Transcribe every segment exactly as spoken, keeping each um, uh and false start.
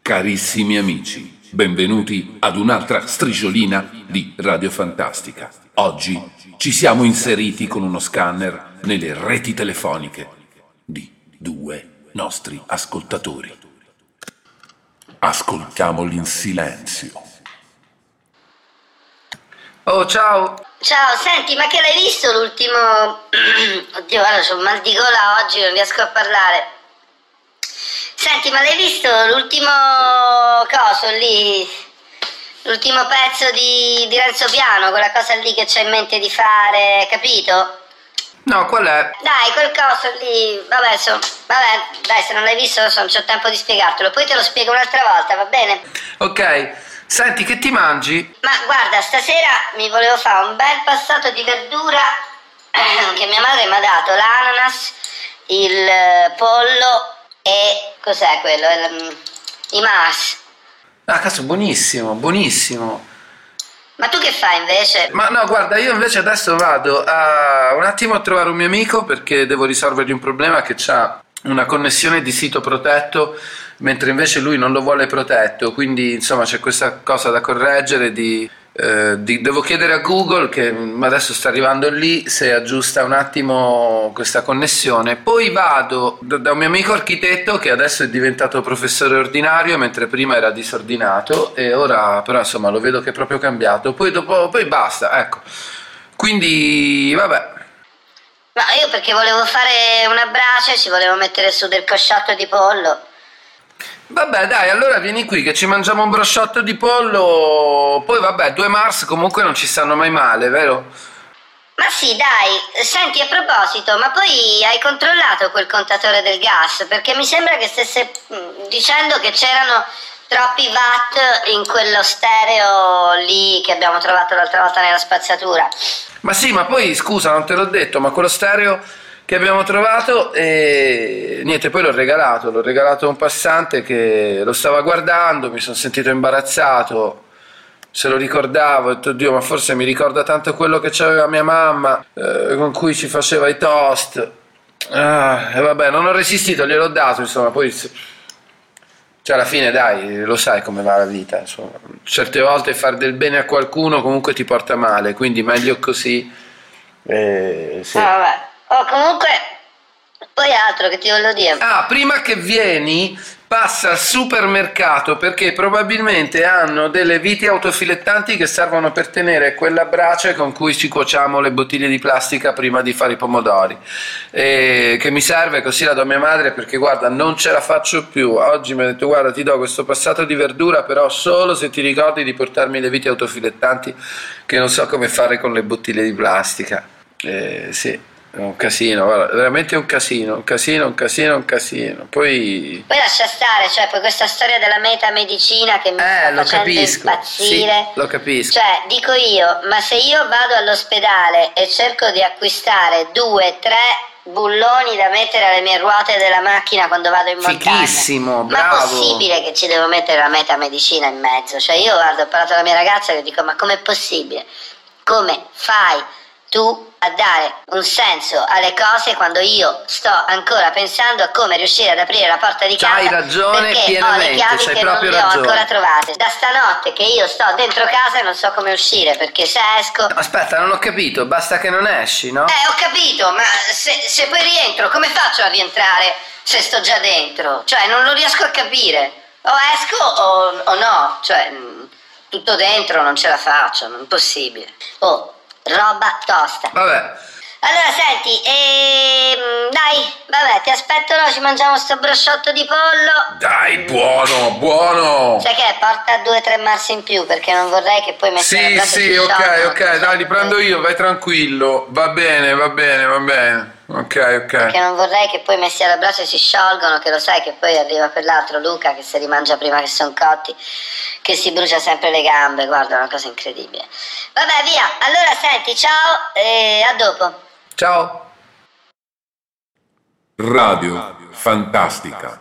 Carissimi amici, benvenuti ad un'altra strisciolina di Radio Fantastica. Oggi ci siamo inseriti con uno scanner nelle reti telefoniche di due nostri ascoltatori. Ascoltiamoli in silenzio. Oh, ciao. Ciao, senti, ma che l'hai visto l'ultimo... Oddio, guarda, c'ho un mal di gola oggi, non riesco a parlare. Senti, ma l'hai visto l'ultimo coso lì? L'ultimo pezzo di, di Renzo Piano, quella cosa lì che c'ha in mente di fare, capito? No, qual è? Dai, quel coso lì, vabbè, so, vabbè, dai, se non l'hai visto, so, non c'ho tempo di spiegartelo, poi te lo spiego un'altra volta, va bene? Ok, senti, che ti mangi? Ma guarda, stasera mi volevo fare un bel passato di verdura che mia madre mi ha dato, l'ananas, il pollo e cos'è quello? Il, i mas. Ah, cazzo, buonissimo, buonissimo. Ma tu che fai invece? Ma no, guarda, io invece adesso vado a un attimo a trovare un mio amico perché devo risolvergli un problema che c'ha una connessione di sito protetto mentre invece lui non lo vuole protetto, quindi insomma c'è questa cosa da correggere di, eh, di devo chiedere a Google, che adesso sta arrivando lì, se aggiusta un attimo questa connessione. Poi vado da un mio amico architetto che adesso è diventato professore ordinario mentre prima era disordinato, e ora però insomma lo vedo che è proprio cambiato. Poi dopo poi basta, ecco, quindi vabbè. Ma io perché volevo fare una brace, ci volevo mettere su del cosciotto di pollo. Vabbè, dai, allora vieni qui che ci mangiamo un brosciotto di pollo. Poi vabbè, due Mars comunque non ci stanno mai male, vero? Ma sì, dai, senti, a proposito, ma poi hai controllato quel contatore del gas? Perché mi sembra che stesse mh, dicendo che c'erano troppi watt in quello stereo lì che abbiamo trovato l'altra volta nella spazzatura. Ma sì, ma poi scusa, non te l'ho detto, ma quello stereo che abbiamo trovato, e niente, poi l'ho regalato, l'ho regalato a un passante che lo stava guardando, mi sono sentito imbarazzato, se lo ricordavo, ho detto, Dio, ma forse mi ricorda tanto quello che c'aveva mia mamma, eh, con cui ci faceva i toast. Ah, e vabbè, non ho resistito, gliel'ho dato, insomma, poi... Cioè alla fine dai, lo sai come va la vita, insomma, certe volte far del bene a qualcuno comunque ti porta male, quindi meglio così. Eh, sì. Ah, vabbè. Oh, comunque, poi altro che ti volevo dire. Ah, prima che vieni, passa al supermercato perché probabilmente hanno delle viti autofilettanti che servono per tenere quella brace con cui ci cuociamo le bottiglie di plastica prima di fare i pomodori, e che mi serve, così la do a mia madre perché guarda non ce la faccio più. Oggi mi ha detto guarda ti do questo passato di verdura però solo se ti ricordi di portarmi le viti autofilettanti che non so come fare con le bottiglie di plastica. Eh, sì. È un casino, guarda, veramente un casino, un casino, un casino, un casino. Poi... Poi lascia stare, cioè poi questa storia della metamedicina che mi eh, sta lo facendo capisco, impazzire. Sì, lo capisco. Cioè, dico io, ma se io vado all'ospedale e cerco di acquistare due, tre bulloni da mettere alle mie ruote della macchina quando vado in montagna. Fichissimo, bravo. Ma è possibile che ci devo mettere la metamedicina in mezzo? Cioè io guardo, ho parlato alla mia ragazza e dico, ma com'è possibile? Come fai tu a dare un senso alle cose quando io sto ancora pensando a come riuscire ad aprire la porta di casa? Hai ragione, perché pienamente, ho le chiavi c'hai che non proprio le ho ragione. ancora trovate. Da stanotte che io sto dentro casa e non so come uscire, perché se esco... Aspetta, non ho capito, basta che non esci, no? Eh, ho capito, ma se, se poi rientro, come faccio a rientrare se sto già dentro? Cioè, non lo riesco a capire. O esco o, o no, cioè, tutto dentro non ce la faccio, non è possibile. Oh, roba tosta. Vabbè. Allora senti, ehm, dai, vabbè, ti aspetto, no? Ci mangiamo sto brosciotto di pollo. Dai, buono, buono. Sai che porta due o tre marsi in più perché non vorrei che poi metti Sì, sì, ok, ok, dai, li prendo io, vai tranquillo. Va bene, va bene, va bene. Ok, ok. Perché non vorrei che poi messi alla brace si sciolgono, che lo sai che poi arriva quell'altro Luca che si rimangia prima che sono cotti, che si brucia sempre le gambe, guarda, una cosa incredibile. Vabbè, via, allora senti, ciao e a dopo. Ciao. Radio Fantastica.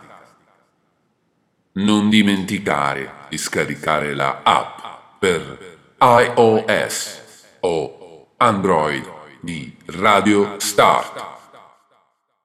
Non dimenticare di scaricare la app per iOS o Android di Radio Start.